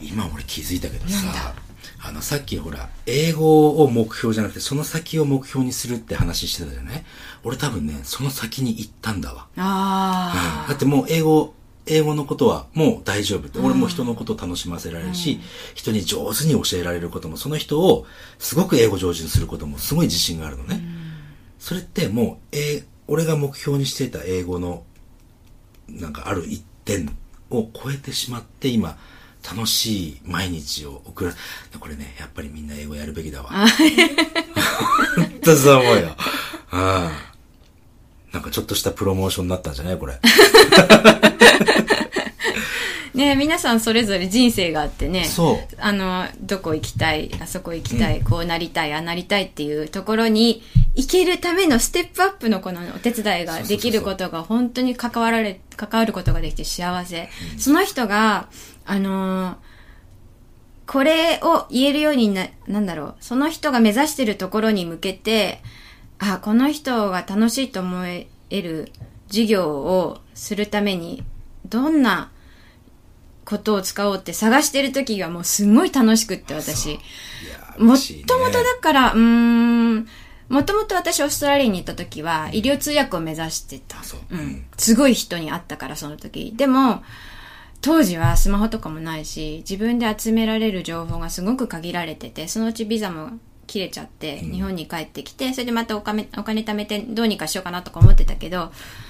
今俺気づいたけどさ、さっきほら、英語を目標じゃなくて、その先を目標にするって話してたじゃない？俺多分ね、その先に行ったんだわ。だってもう英語のことはもう大丈夫って。俺も人のことを楽しませられるし、人に上手に教えられることも、その人をすごく英語上手にすることもすごい自信があるのね。それってもう、俺が目標にしていた英語の、なんかある一点を超えてしまって、今、楽しい毎日を送る。これね、やっぱりみんな英語やるべきだわ。本当そう思うよ。なんかちょっとしたプロモーションになったんじゃないこれ。 ね、皆さんそれぞれ人生があってね。 そう。 どこ行きたい、あそこ行きたい、こうなりたい、あなりたいっていうところに行けるためのステップアップのこのお手伝いができることが本当に関わることができて幸せ。その人が、これを言えるようになんだろう、その人が目指してるところに向けて、この人が楽しいと思える授業をするために、どんなことを使おうって探してる時がもうすごい楽しくって私。もともとだから、もともと私オーストラリアに行った時は医療通訳を目指してた。すごい人に会ったからその時。でも、当時はスマホとかもないし、自分で集められる情報がすごく限られてて、そのうちビザも切れちゃって、日本に帰ってきて、それでまたお金貯めてどうにかしようかなとか思ってたけど、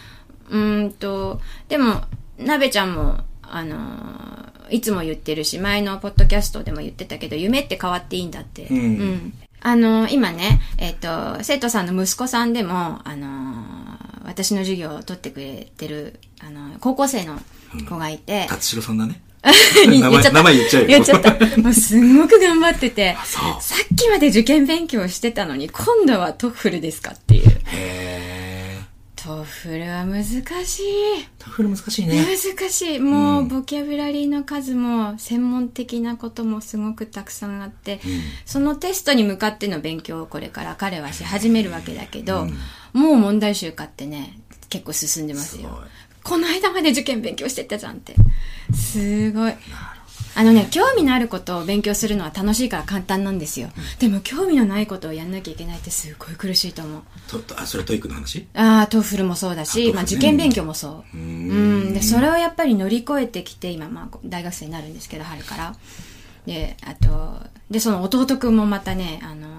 でも、なべちゃんも、いつも言ってるし、前のポッドキャストでも言ってたけど、夢って変わっていいんだって。今ね、生徒さんの息子さんでも、私の授業を取ってくれてる、高校生の子がいて。 達代さんだね。 名前言っちゃうよ。 言っちゃった。もうすんごく頑張ってて、さっきまで受験勉強してたのに、今度はトフルですかっていう。トフルは難しい。 トフル難しいね。 難しい。もう、ボキャブラリーの数も、専門的なこともすごくたくさんあって、そのテストに向かっての勉強をこれから彼はし始めるわけだけど、もう問題集買ってね、結構進んでますよ。この間まで受験勉強してたじゃんって。すごい。興味のあることを勉強するのは楽しいから簡単なんですよ。でも興味のないことをやんなきゃいけないってすごい苦しいと思う。 それトイックの話？ トフルもそうだし、受験勉強もそう。で、それをやっぱり乗り越えてきて、今、大学生になるんですけど、春から。で、その弟くんもまたね、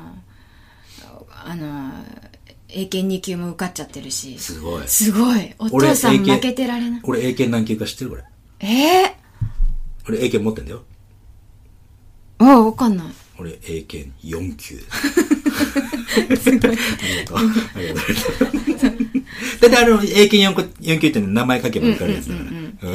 英検2級も受かっちゃってるし。 すごい。 すごい。お父さん負けてられない。 俺英検何級か知ってるこれ。俺英検持ってんだよ。 わかんない。 俺英検4級。 すごい。 ありがとう。だって英検4級って名前書けば受かるやつだから。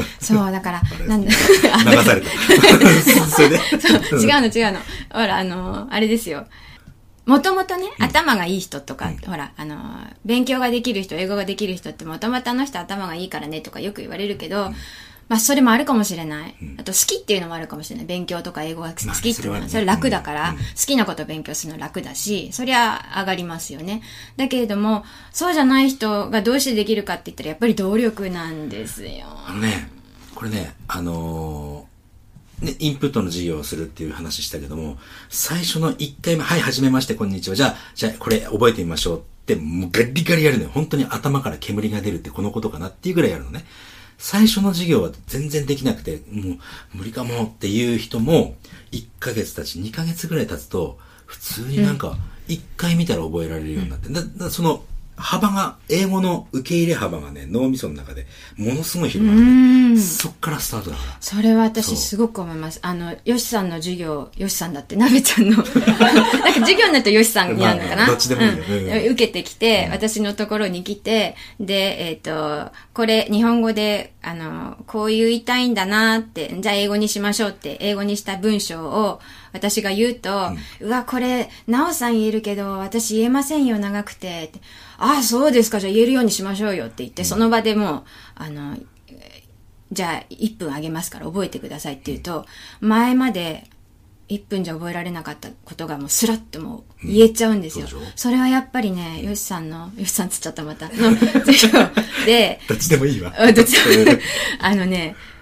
そう、だから、なんだ。流された。それで。 そう、違うの。ほら、あれですよ。もともとね、頭がいい人とか、ほら、勉強ができる人、英語ができる人ってもともと人頭がいいからねとかよく言われるけど、それもあるかもしれない。あと、好きっていうのもあるかもしれない。勉強とか英語が好きっていうのは、それ楽だから、好きなことを勉強するのは楽だし、そりゃ上がりますよね。だけれども、そうじゃない人がどうしてできるかって言ったら、やっぱり努力なんですよ。 これね、インプットの授業をするっていう話したけども、最初の1回目、はい、はじめまして、こんにちは。じゃあ、これ覚えてみましょうって、もうガリガリやるのよ。本当に頭から煙が出るってこのことかなっていうぐらいやるのね。最初の授業は全然できなくて、もう無理かもっていう人も、1ヶ月経ち、2ヶ月ぐらい経つと、普通になんか、1回見たら覚えられるようになって、その、幅が、英語の受け入れ幅がね、脳みその中でものすごい広がる、ね。そっからスタートだから。 それは私すごく思います。ヨシさんの授業、ヨシさんだって、なべちゃんの、なんか授業になるとヨシさんになるのかな、 どっちでもいいよ、 受けてきて、私のところに来て、で、これ、日本語で、こう言いたいんだなって、じゃあ英語にしましょうって、英語にした文章を、私が言うと、これ、なおさん言えるけど、私言えませんよ、長くて。そうですか、じゃあ言えるようにしましょうよって言って、その場でもう、じゃあ1分あげますから覚えてくださいって言うと、前まで1分じゃ覚えられなかったことがもうスラッともう言えちゃうんですよ。それはやっぱりね、ヨシさんつっちゃったまた、の授業で、 どっちでもいいわ。 どっちでも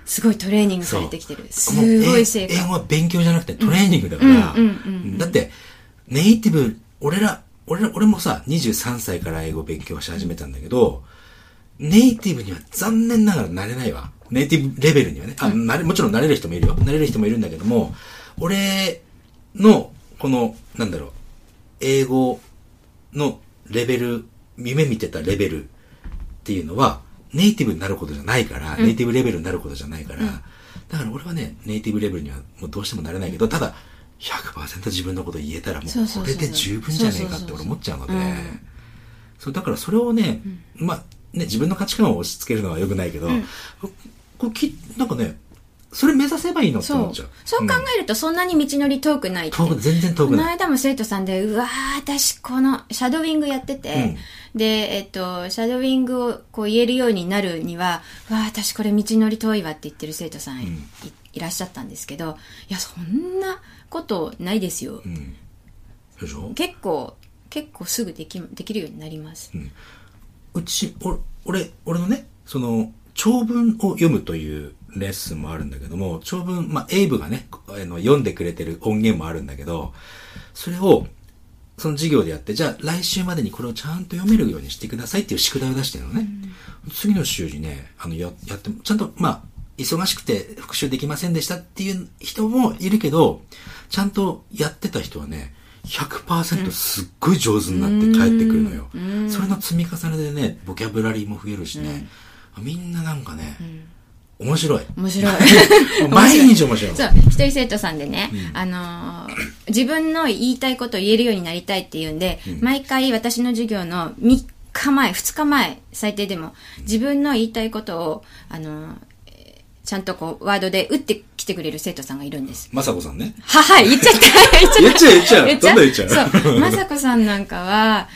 すごいトレーニングされてきてる。すごい成果。 英語は勉強じゃなくてトレーニングだから、だってネイティブ、俺もさ、23歳から英語を勉強し始めたんだけど、ネイティブには残念ながらなれないわ。ネイティブレベルにはね。もちろんなれる人もいるよ。なれる人もいるんだけども、俺の、この、英語のレベル、夢見てたレベルっていうのは、ネイティブになることじゃないから、ネイティブレベルになることじゃないから、だから俺はね、ネイティブレベルにはもうどうしてもなれないけど、ただ、100% 自分のこと言えたらもうこれで十分じゃねえかって俺思っちゃうので、そうだからそれをね、まあね、自分の価値観を押し付けるのは良くないけど、なんかね、それ目指せばいいのって思っちゃう。 そう考えるとそんなに道のり遠くないって。 全然遠くない。 この間も生徒さんで、うわー、私このシャドウイングやってて、で、シャドウイングをこう言えるようになるには、うわー、私これ道のり遠いわって言ってる生徒さん いらっしゃったんですけど、いや、そんなことないですよ。 でしょ？ 結構すぐできるようになります。 俺のね、その、長文を読むというレッスンもあるんだけども、長文、エイブがね、読んでくれてる音源もあるんだけど、それを、その授業でやって、じゃあ来週までにこれをちゃんと読めるようにしてくださいっていう宿題を出してるのね。次の週にね、やって、ちゃんと、忙しくて復習できませんでしたっていう人もいるけど、ちゃんとやってた人はね、100% すっごい上手になって帰ってくるのよ。それの積み重ねでね、ボキャブラリーも増えるしね、みんななんかね、面白い。毎日面白い。 そう、一人生徒さんでね、自分の言いたいことを言えるようになりたいっていうんで、毎回私の授業の3日前、2日前、最低でも、自分の言いたいことを、ちゃんとこう、ワードで打ってきてくれる生徒さんがいるんです。 まさこさんね。 はい、言っちゃった。 言っちゃう。どんどん言っちゃう。 そう。まさこさんなんかは、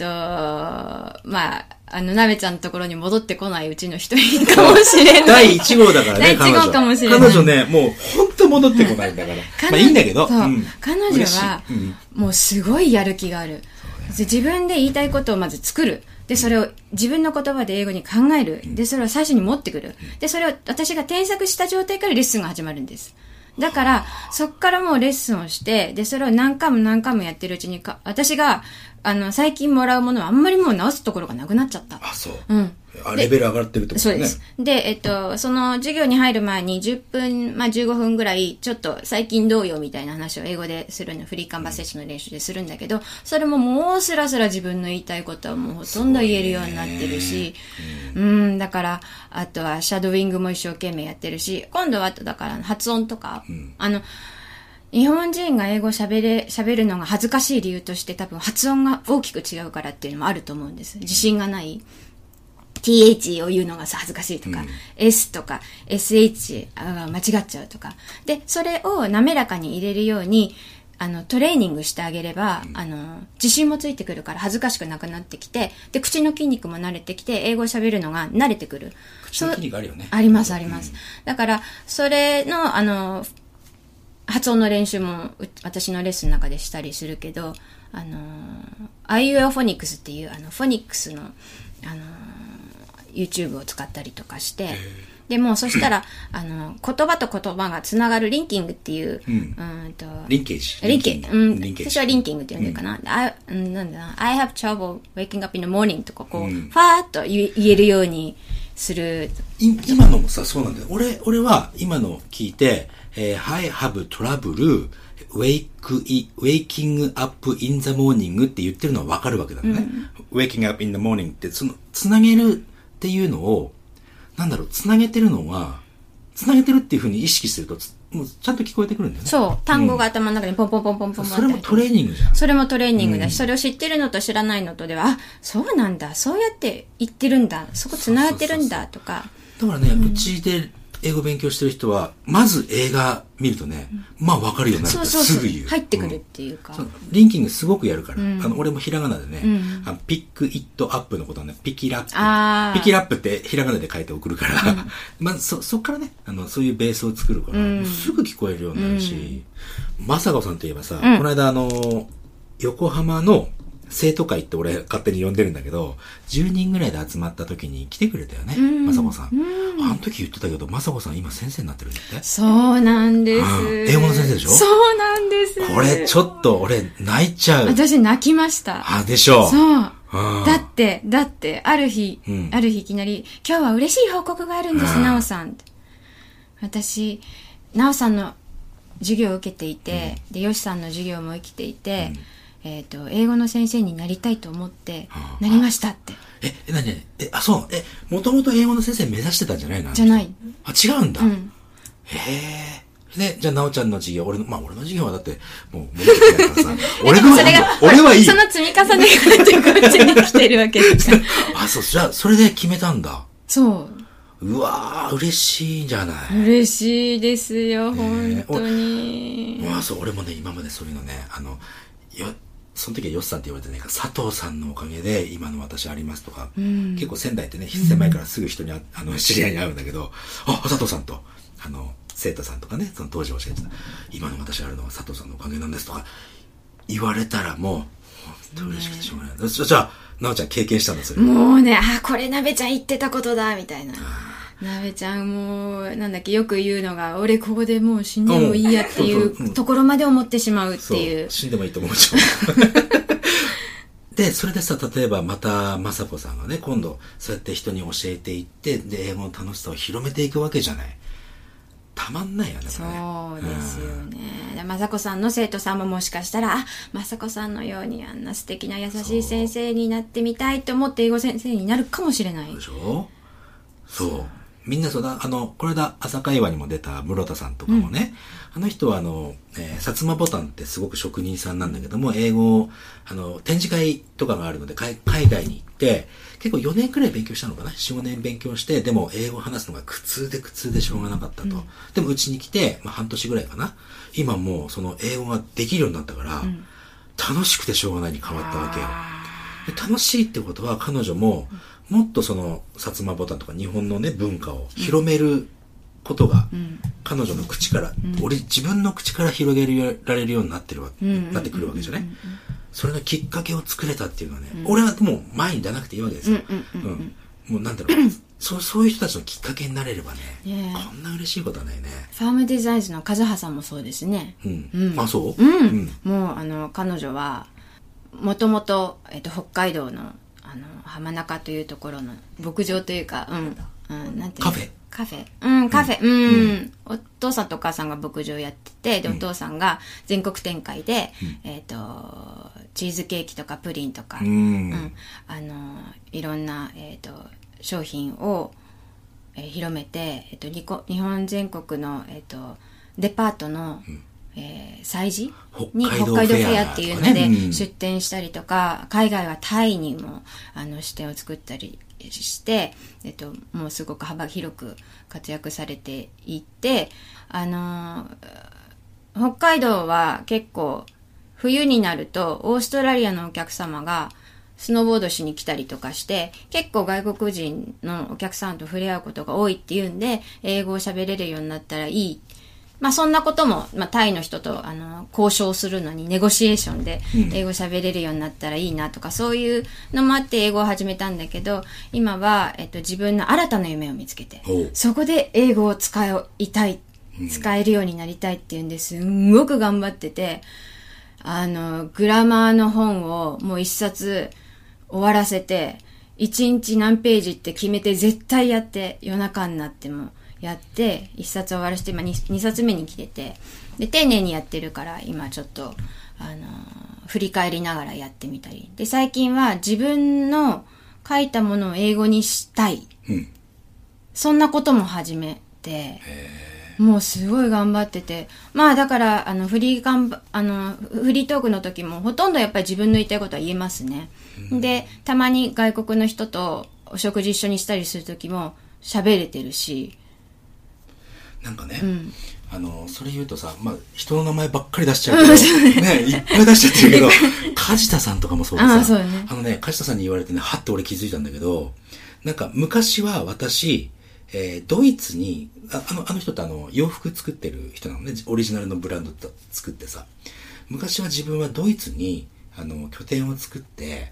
なべちゃんのところに戻ってこないうちの一人かもしれない。 第1号だからね、 第1号かもしれない。 彼女ね、もう本当戻ってこないんだから。いいんだけど。 彼女は、もうすごいやる気がある。自分で言いたいことをまず作る。で、それを自分の言葉で英語に考える。で、それを最初に持ってくる。で、それを私が添削した状態からレッスンが始まるんです。だから、そっからもうレッスンをして、で、それを何回もやってるうちに私が、最近もらうものはあんまりもう直すところがなくなっちゃった。 あ、そう。レベル上がってるってことね。 そうです。で、その授業に入る前に10分、15分ぐらい、ちょっと最近どうよみたいな話を英語でするの、フリーカンバセッションの練習でするんだけど、それももうスラスラ自分の言いたいことはもうほとんど言えるようになってるし、だから、あとはシャドウイングも一生懸命やってるし、今度はだから発音とか、日本人が英語喋るのが恥ずかしい理由として多分発音が大きく違うからっていうのもあると思うんです。自信がない。th を言うのが恥ずかしいとか、s とか sh が間違っちゃうとか。で、それを滑らかに入れるように、トレーニングしてあげれば、自信もついてくるから恥ずかしくなくなってきて、で、口の筋肉も慣れてきて、英語を喋るのが慣れてくる。 口の筋肉あるよね。 あります、あります。だから、それの、発音の練習も私のレッスンの中でしたりするけど、あいうえおフォニックスっていう、フォニックスの、YouTube を使ったりとかして、でもそしたら、言葉と言葉がつながるリンキングっていう、 リンケージ。 私はリンキングって呼んでるかな。なんだ I have trouble waking up in the morning とか、こう、ファーっと言えるようにする。 今のもさ、そうなんだよ。俺は今の聞いて、I have trouble waking up in the morning って言ってるのはわかるわけだね。waking up in the morning って、つなげるっていうのを、つなげてるっていう風に意識すると、もうちゃんと聞こえてくるんだよね。 そう。単語が頭の中にポンポンポンポンポン。 それもトレーニングじゃん。 それもトレーニングだし、それを知ってるのと知らないのとでは、そうなんだ、そうやって言ってるんだ、そこつながってるんだとか。 だからね、うちで英語勉強してる人は、まず映画見るとね、わかるようになるってすぐ言う。 入ってくるっていうか。 リンキングすごくやるから。俺もひらがなでね、ピックイットアップのことはね、ピキラップ。ピキラップってひらがなで書いて送るから、まずそっからね、そういうベースを作るから、すぐ聞こえるようになるし、まさこさんといえばさ、この間横浜の、 生徒会って俺勝手に呼んでるんだけど、10人ぐらいで集まった時に来てくれたよね、まさこさん。あの時言ってたけど、まさこさん今先生になってるんだって。 そうなんです。 英語の先生でしょ？ そうなんです。 これちょっと俺泣いちゃう。 私泣きました。 あ、でしょう。 そう。だって、ある日いきなり、今日は嬉しい報告があるんです、なおさん。私、なおさんの授業を受けていて、で、よしさんの授業も受けていて、英語の先生になりたいと思って、なりましたって。 そう、もともと英語の先生目指してたんじゃないの？ じゃない。 あ、違うんだ。で、じゃあ、なおちゃんの授業、俺の授業はだって、もう戻ってないからさ、俺はいい。 その積み重ねがってこっちに来てるわけですあ、そう、じゃあ、それで決めたんだ。 そう。 うわー、嬉しいじゃない。 嬉しいですよ、本当に。 そう、俺もね、今までそういうのね、その時はよっさんって言われてね、佐藤さんのおかげで今の私ありますとか、結構仙台ってね、狭いからすぐ人に知り合いに会うんだけど、佐藤さんと、生徒さんとかね、その当時教えてた、今の私あるのは佐藤さんのおかげなんですとか、言われたらもう、本当嬉しくてしょうがない。じゃあ、なおちゃん経験したんだ、それ。 もうね、これなべちゃん言ってたことだ、みたいな。なべちゃんもう、なんだっけ、よく言うのが、俺ここでもう死んでもいいやっていうところまで思ってしまうっていう。 死んでもいいと思うじゃん。で、それでさ、例えばまた、まさこさんがね、今度、そうやって人に教えていって、で、英語の楽しさを広めていくわけじゃない。たまんないよね、 そうですよね。まさこさんの生徒さんももしかしたら、まさこさんのようにあんな素敵な優しい先生になってみたいと思って英語先生になるかもしれない。 でしょ？そう。みんなこの間、朝会話にも出た室田さんとかもね、あの人は薩摩ボタンってすごく職人さんなんだけども、英語を、展示会とかがあるので、海外に行って、結構4年くらい勉強したのかな？ 4、5年勉強して、でも英語を話すのが苦痛でしょうがなかったと。でもうちに来て、半年ぐらいかな。今もうその英語ができるようになったから、楽しくてしょうがないに変わったわけよ。で楽しいってことは彼女も、もっとその薩摩ボタンとか日本のね文化を広めることが、彼女の口から、自分の口から広げられるようになってくるわけじゃない。それのきっかけを作れたっていうのはね、俺はもう前に出なくていいわけですよ。もうなんだろう、そういう人たちのきっかけになれればね、こんな嬉しいことはないね。 ファームデザインズの和葉さんもそうですね。 あ、そう？ もう彼女はもともと北海道の浜中というところの牧場というか、なんていうの？カフェ。お父さんとお母さんが牧場やってて、で、お父さんが全国展開で、チーズケーキとかプリンとか、いろんな、商品を、広めて、日本全国の、デパートの、催事に北海道フェアっていうので出店したりとか、海外はタイにも支店を作ったりして、もうすごく幅広く活躍されていて、北海道は結構冬になるとオーストラリアのお客様がスノーボードしに来たりとかして、結構外国人のお客さんと触れ合うことが多いっていうんで、英語を喋れるようになったらいい。そんなことも、タイの人と、交渉するのに、ネゴシエーションで、英語喋れるようになったらいいなとか、そういうのもあって英語を始めたんだけど、今は、自分の新たな夢を見つけて、そこで英語を使えるようになりたいっていうんですんごく頑張ってて、グラマーの本をもう一冊終わらせて、一日何ページって決めて絶対やって、夜中になっても、やって一冊終わらせて今 2冊目に来てて、で丁寧にやってるから今ちょっと振り返りながらやってみたりで、最近は自分の書いたものを英語にしたい、そんなことも始めて、もうすごい頑張ってて、だからフリートークの時もほとんどやっぱり自分の言いたいことは言えますね。でたまに外国の人とお食事一緒にしたりする時も喋れてるし、 なんかね、それ言うとさ、人の名前ばっかり出しちゃうけど、ね、いっぱい出しちゃってるけど、梶田さんとかもそうでさ、梶田さんに言われてね、はって俺気づいたんだけど、なんか昔は私、ドイツに、あの人って洋服作ってる人なのね、オリジナルのブランド作ってさ、昔は自分はドイツに、 拠点を作って、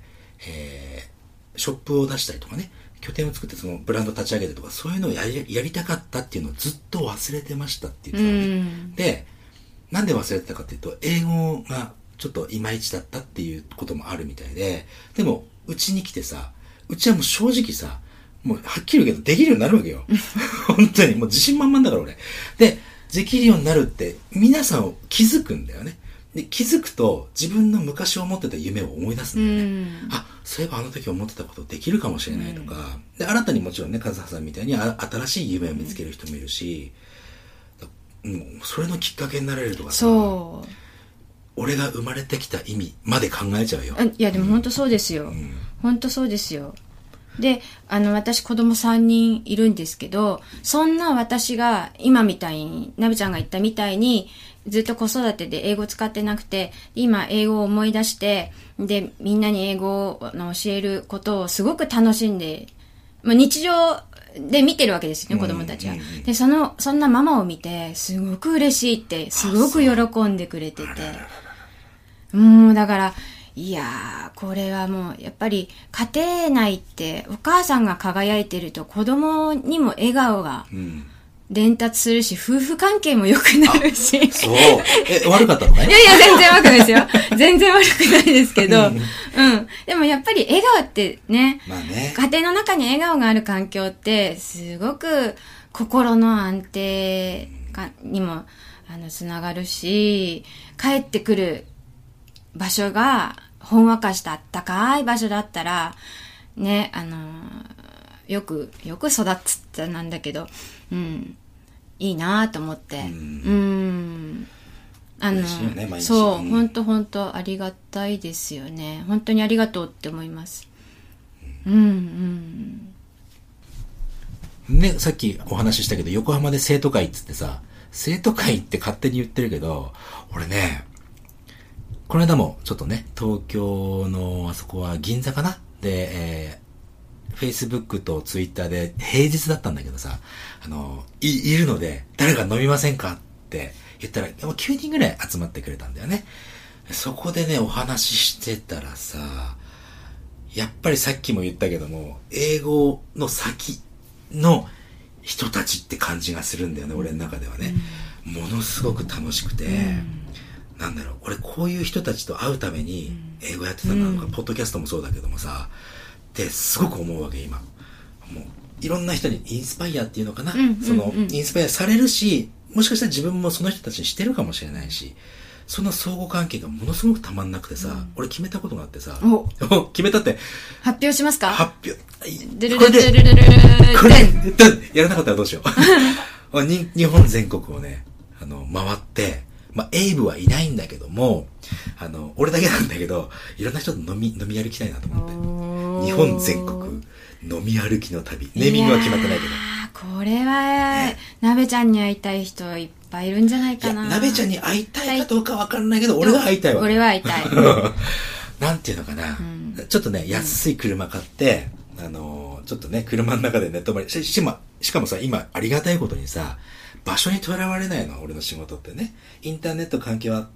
ショップを出したりとかね、拠点を作ってそのブランド立ち上げてとか、そういうのをやりたかったっていうのをずっと忘れてましたって言ってたのね。で、なんで忘れてたかっていうと、英語がちょっといまいちだったっていうこともあるみたいで、でも、うちに来てさ、うちはもう正直さ、もうはっきり言うけど、できるようになるわけよ。本当に、もう自信満々だから俺。で、できるようになるって、皆さん気づくんだよね。で、気づくと、自分の昔思ってた夢を思い出すんだよね。あ、そういえばあの時思ってたことできるかもしれないとか、で、新たにもちろんね、和葉さんみたいに新しい夢を見つける人もいるし、それのきっかけになれるとかさ、そう。俺が生まれてきた意味まで考えちゃうよ。 いやでも本当そうですよ。本当そうですよ。で、私子供3人いるんですけど、そんな私が今みたいに、なべちゃんが言ったみたいに、ずっと子育てで英語使ってなくて、今英語を思い出して、で、みんなに英語を教えることをすごく楽しんで、日常で見てるわけですよね、子供たちは。で、そんなママを見て、すごく嬉しいって、すごく喜んでくれてて。もうだから、いやー、これはもう、やっぱり家庭内ってお母さんが輝いてると子供にも笑顔が伝達するし、夫婦関係も良くなるし。 そう。悪かったのね。 いやいや、全然悪くないですよ。全然悪くないですけど。でもやっぱり笑顔ってね、 まあね、 家庭の中に笑顔がある環境って、すごく心の安定にもつながるし、帰ってくる場所がほんわかしたあったかい場所だったらね、よく育つってなんだけど、いいなと思って、そう、本当ありがたいですよね。本当にありがとうって思います。 ね、さっきお話ししたけど、横浜で生徒会っつってさ、生徒会って勝手に言ってるけど、俺ね、この間もちょっとね、東京のあそこは銀座かなで、Facebook と Twitter で平日だったんだけどさ、いるので、誰か飲みませんかって言ったら、9人ぐらい集まってくれたんだよね。そこでね、お話ししてたらさ、やっぱりさっきも言ったけども、英語の先の人たちって感じがするんだよね、俺の中ではね。ものすごく楽しくて、なんだろう、俺こういう人たちと会うために英語やってたなとか、ポッドキャストもそうだけどもさ、ってすごく思うわけ、今。もう、いろんな人にインスパイアっていうのかな、インスパイアされるし、もしかしたら自分もその人たちにしてるかもしれないし、その相互関係がものすごくたまんなくてさ、俺決めたことがあってさ、決めたって。 発表しますか？ 発表。 これで、 やらなかったらどうしよう。日本全国をね、回って、エイブはいないんだけども、俺だけなんだけど、いろんな人と飲み歩きたいなと思って。日本全国飲み歩きの旅。ネーミングは決まってないけど。 これは、なべちゃんに会いたい人いっぱいいるんじゃないかな。 なべちゃんに会いたいかどうかわかんないけど、俺は会いたいわ。 俺は会いたい。 なんていうのかな。ちょっとね、安い車買って、ちょっとね、車の中でね、泊まり、しかもさ、今、ありがたいことにさ、場所にとらわれないの、俺の仕事ってね。インターネット環境あって、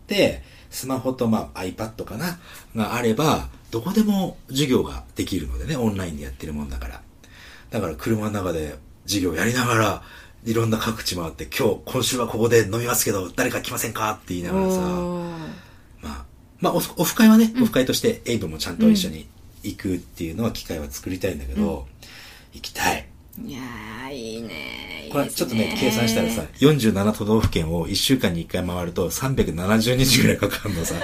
スマホとiPad かながあれば、どこでも授業ができるのでね、オンラインでやってるもんだから。だから車の中で授業やりながら、いろんな各地回って、今週はここで飲みますけど、誰か来ませんかって言いながらさ、オフ会はね、オフ会としてエイブもちゃんと一緒に行くっていうのは機会は作りたいんだけど、行きたい。 いやー、いいね。 これちょっとね、計算したらさ、47都道府県を1週間に1回回ると370日ぐらいかかるのさ。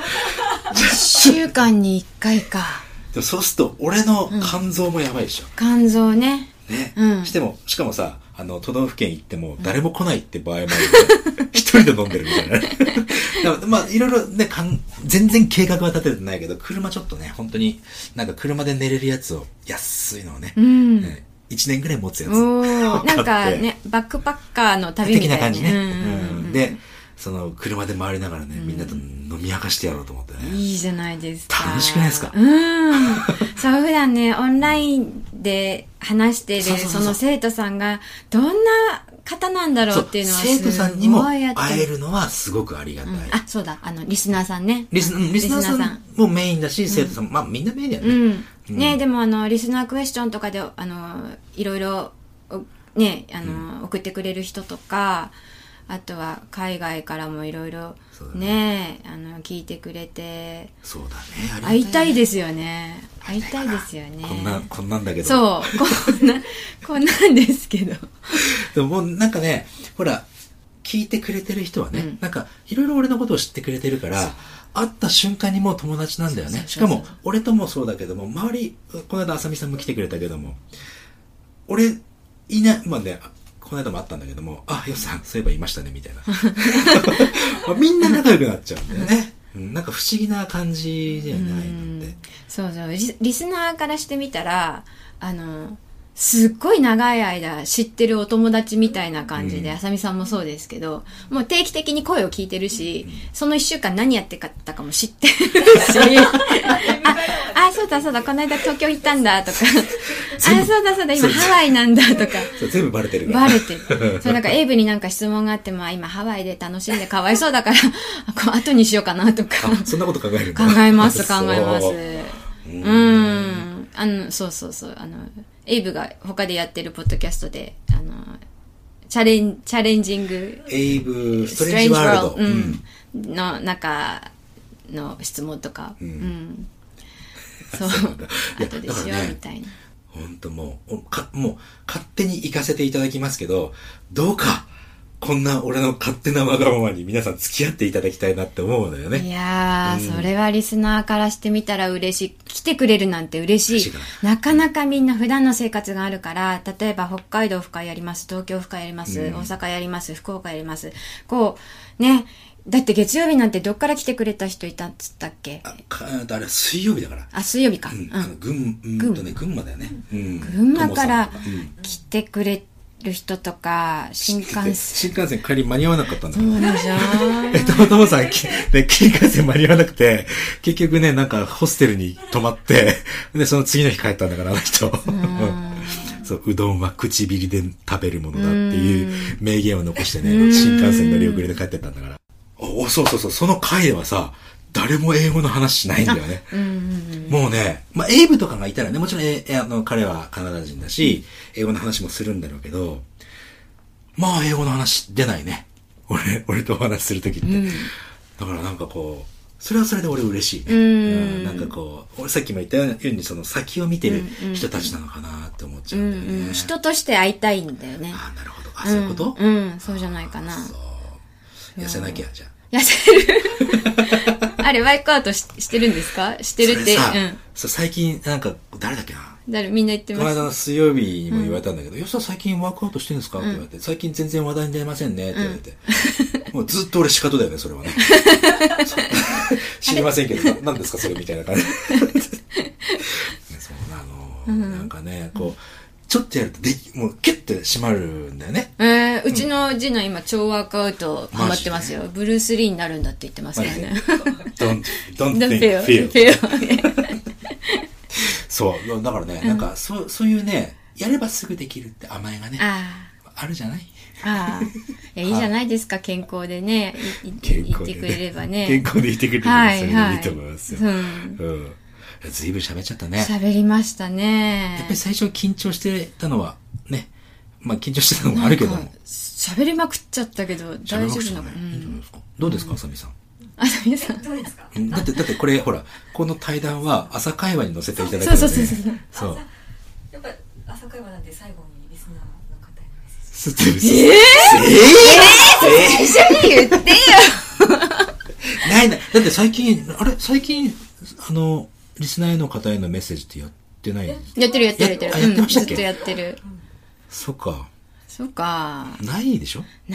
1週間に1回か。 でもそうすると、俺の肝臓もやばいでしょ。 肝臓ね。 ね。しかもさ、都道府県行っても誰も来ないって場合もあるので、一人で飲んでるみたいなね。いろいろね、全然計画は立ててないけど、車ちょっとね、本当に、なんか車で寝れるやつを、安いのをね、1年ぐらい持つやつ。 なんかね、バックパッカーの旅みたいな。 的な感じね。で、その車で回りながらね、みんなと飲み明かしてやろうと思ってね。 いいじゃないですか。 楽しくないですか？ そう、普段ね、オンラインで話してるその生徒さんがどんな方なんだろうっていうのは生徒さんにも会えるのはすごくありがたい。 あ、そうだ、リスナーさんね。 リスナーさんもメインだし、生徒さんも、まあみんなメインだよね。 ね、でもリスナークエスチョンとかで、いろいろ、ね、送ってくれる人とか、あとは海外からもいろいろね、聞いてくれて。 そうだね。 会いたいですよね。会いたいですよね。 こんなんだけど。 そう。こんなんですけど。 でももうなんかね、ほら、聞いてくれてる人はね、なんかいろいろ俺のことを知ってくれてるから、会った瞬間にもう友達なんだよね。しかも、俺ともそうだけども、周り、この間あさみさんも来てくれたけども、俺、まあね、この間もあったんだけども、あ、よさん、そういえばいましたね、みたいな。みんな仲良くなっちゃうんだよね。なんか不思議な感じじゃないので。 そうそう。リスナーからしてみたら、すっごい長い間知ってるお友達みたいな感じで、あさみさんもそうですけど、もう定期的に声を聞いてるし、その一週間何やってたかも知ってるし、そうだ、この間東京行ったんだとか、そうだ、今ハワイなんだとか。 全部バレてるから。 バレてる。そう、なんかエイブになんか質問があっても、今ハワイで楽しんでかわいそうだから、後にしようかなとか。 そんなこと考えるんだ。 考えます。そう。エイブが他でやってるポッドキャストで、チャレンジング。 エイブ、ストレンジワールド。の中の質問とか。そう。後でしようみたいな。 本当もう勝手に行かせていただきますけど、どうか、こんな俺の勝手なわがままに皆さん付き合っていただきたいなって思うのよね。 いやー、それはリスナーからしてみたら嬉しい。来てくれるなんて嬉しい。なかなかみんな普段の生活があるから、例えば北海道オフ会やります、東京オフ会やります、大阪やります、福岡やります。こう、ね、だって月曜日なんてどっから来てくれた人いたっつったっけ？ あれ水曜日だから。 あ、水曜日か。 群馬だよね。 群馬から来てくれる人とか、新幹線帰り間に合わなかったんだから。 そうでしょ。 ともさん、新幹線間に合わなくて、結局ね、なんかホステルに泊まって、で、その次の日帰ったんだから、あの人。そう、うどんは唇で食べるものだっていう名言を残してね、新幹線乗り遅れで帰ってったんだから。そう、その回ではさ、誰も英語の話しないんだよね。もうね、まあ、エイブとかがいたらね、もちろん、彼はカナダ人だし、英語の話もするんだろうけど、まあ、英語の話出ないね。俺とお話しするときって。だからなんかこう、それはそれで俺嬉しいね。なんかこう、俺さっきも言ったように、その先を見てる人たちなのかなって思っちゃうんだよね。 人として会いたいんだよね。 あ、なるほど。そういうこと？ そうじゃないかな。 痩せなきゃ、じゃあ。 痩せるあれ、ワイクアウトしてるんですか？してるって。 最近、なんか、誰だっけな？ みんな言ってます。 この間の水曜日にも言われたんだけど、よさ最近ワークアウトしてるんですかって言われて、最近全然話題に出ませんねって言われて。もうずっと俺仕方だよね、それはね。知りませんけど、何ですかそれみたいな感じ。なんかね、こう、ちょっとやるともうキュッて締まるんだよね。 うちの次男今超ワークアウトハマってますよ。ブルース・リーになるんだって言ってますからね。 don't think, feel. そう。だからね、なんかそういうね、やればすぐできるって甘えがね、あるじゃない？ いいじゃないですか、健康でね。言ってくれればね。 健康でいてくれればそれでいいと思いますよ。ずいぶん喋っちゃったね。 喋りましたね。 やっぱり最初緊張してたのはね、まあ緊張してたのもあるけども。 喋りまくっちゃったけど、大丈夫なのかな。 どうですか、あさみさん。 あさみさん。 どうですか？ だってこれ、ほら、この対談は朝会話に載せていただいてるんで。 そう。やっぱ朝会話なんで最後にリスナーの方へのメッセージ。 最初に言ってよない。だって最近、リスナーの方へのメッセージってやってない？ やってる。 やってましたっけ？ ずっとやってる。 そっか。 ないでしょ？ ない。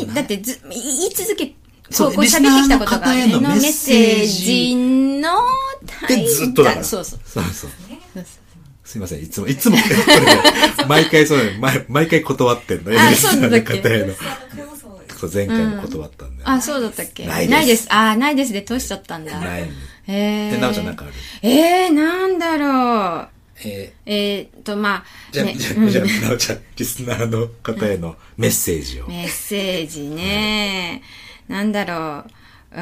だって言い続け、こう喋ってきたことがね、のメッセージのでずっとだから。そう。すいません、いつも毎回そうね、毎回断ってんの。 そうだっけ？ 前回も断ったんで。 そうだったっけ？ないです。ないですで通しちゃったんだ。 ない。で、なおちゃんなんかある？ なんだろう。 まあ、 じゃあ、 ね、 じゃあ、なおちゃん、リスナーの方へのメッセージを。 メッセージね。なんだろう。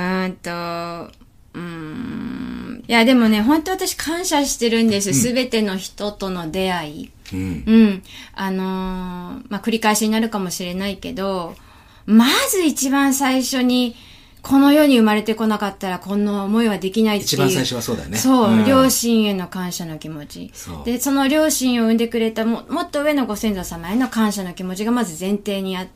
いや、でもね、本当私感謝してるんです。すべての人との出会い。まあ、繰り返しになるかもしれないけど、まず一番最初に、この世に生まれてこなかったらこんな思いはできないっていう。 一番最初はそうだよね。 そう、両親への感謝の気持ち。で、その両親を産んでくれたもっと上のご先祖様への感謝の気持ちがまず前提にあって、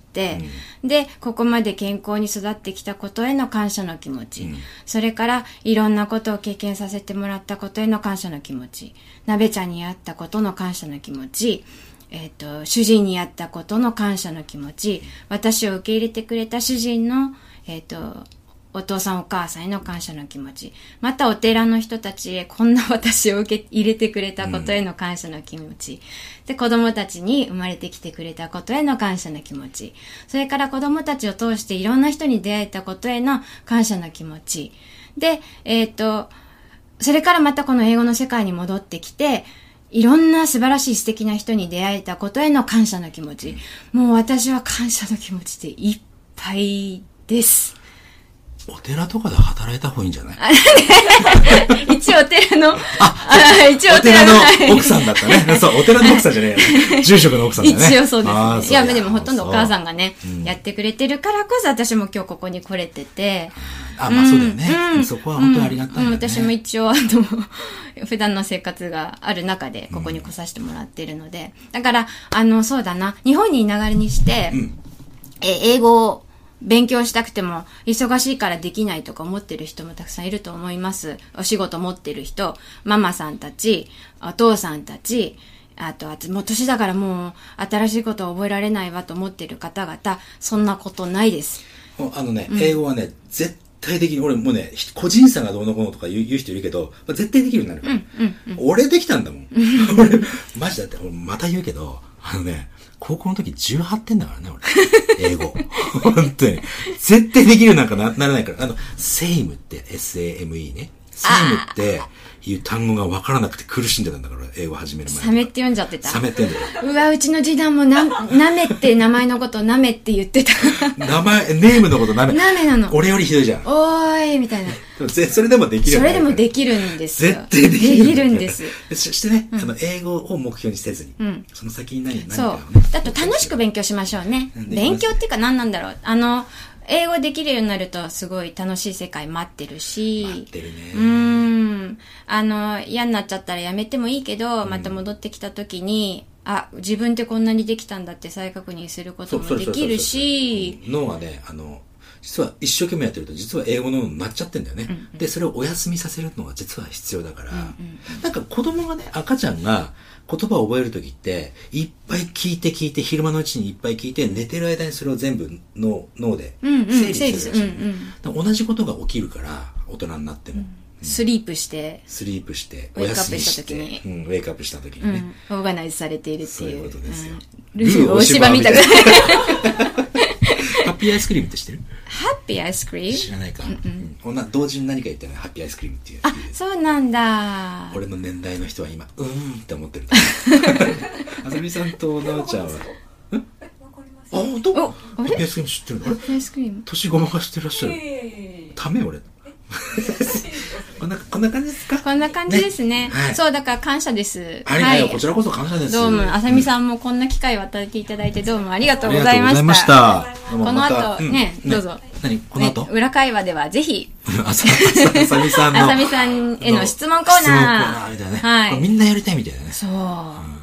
で、ここまで健康に育ってきたことへの感謝の気持ち。それから、いろんなことを経験させてもらったことへの感謝の気持ち。鍋ちゃんに会ったことの感謝の気持ち。主人に会ったことの感謝の気持ち。私を受け入れてくれた主人の、お父さんお母さんへの感謝の気持ち。またお寺の人たちへこんな私を受け入れてくれたことへの感謝の気持ち。で、子供たちに生まれてきてくれたことへの感謝の気持ち。それから子供たちを通していろんな人に出会えたことへの感謝の気持ち。で、それからまたこの英語の世界に戻ってきて、いろんな素晴らしい素敵な人に出会えたことへの感謝の気持ち。もう私は感謝の気持ちでいっぱいです。 お寺とかで働いた方がいいんじゃない？ 一応お寺の、 一応お寺の奥さんだったね。そう、お寺の奥さんじゃねえよ。住職の奥さんだね。 一応そうですね。いや、でもほとんどお母さんがね、やってくれてるからこそ私も今日ここに来れてて。 まあそうだよね。そこは本当にありがたいよね。 私も一応、普段の生活がある中でここに来させてもらってるので。だから、そうだな、日本にいながらにして、英語を勉強したくても忙しいからできないとか思ってる人もたくさんいると思います。お仕事持ってる人、ママさんたち、お父さんたち、あともう年だからもう新しいことを覚えられないわと思ってる方々、そんなことないです。 英語はね、絶対的に、俺もうね、個人差がどうのこうのとか言う人いるけど、絶対できるようになるから。俺できたんだもん。俺、マジだって、俺また言うけど、高校の時18点だからね、俺。英語。本当に。絶対できるようなんかならないから。same って、S-A-M-E ね。same っていう単語が分からなくて苦しんでたんだから、英語始める前に。 サメって読んじゃってた。 サメって読んでた。 うわ、うちの次男もなめって名前のことをなめって言ってた。 ネームのことなめ。 なめなの。 俺よりひどいじゃん。 おーい、みたいな。 それでもできるよ。 それでもできるんですよ。 絶対できるんです。 そしてね、英語を目標にせずに、その先に何かをね。だと楽しく勉強しましょうね。勉強っていうか何なんだろう。英語できるようになるとすごい楽しい世界待ってるし。 待ってるね。 嫌になっちゃったらやめてもいいけど、また戻ってきた時に、自分ってこんなにできたんだって再確認することもできるし。 脳はね、実は一生懸命やってると実は英語の脳になっちゃってんだよね。で、それをお休みさせるのが実は必要だから、なんか子供がね、赤ちゃんが言葉を覚えるときって、いっぱい聞いて昼間のうちにいっぱい聞いて、寝てる間にそれを全部脳で整理するらしい、同じことが起きるから、大人になっても。 スリープして、 お休みして、ウェイクアップしたときにね。 オーガナイズされているっていう。 そういうことですよ。 ルー大芝みたいな。 ハッピーアイスクリームって知ってる？ ハッピーアイスクリーム？ 知らないか。同時に何か言ったらハッピーアイスクリームっていう。 そうなんだ。 俺の年代の人は今、って思ってる。あさみさんとなおちゃんは。本当？ハッピーアイスクリーム知ってるの？ ハッピーアイスクリーム？ 年ごまが知ってらっしゃる。ため俺。こんな感じですか？ こんな感じですね。そう、だから感謝です。 はい。こちらこそ感謝です。 どうも、あさみさんもこんな機会を与えていただいてどうもありがとうございました。この後、ね、どうぞ。 この後裏会話ではぜひ、 あさみさんの。 あさみさんへの質問コーナー。 みたいなね。はい。みんなやりたいみたいだね。 そう。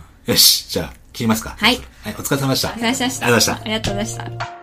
よし、じゃあ、切りますか。 はい。 お疲れ様でした。 お疲れ様でした。 ありがとうございました。 ありがとうございました。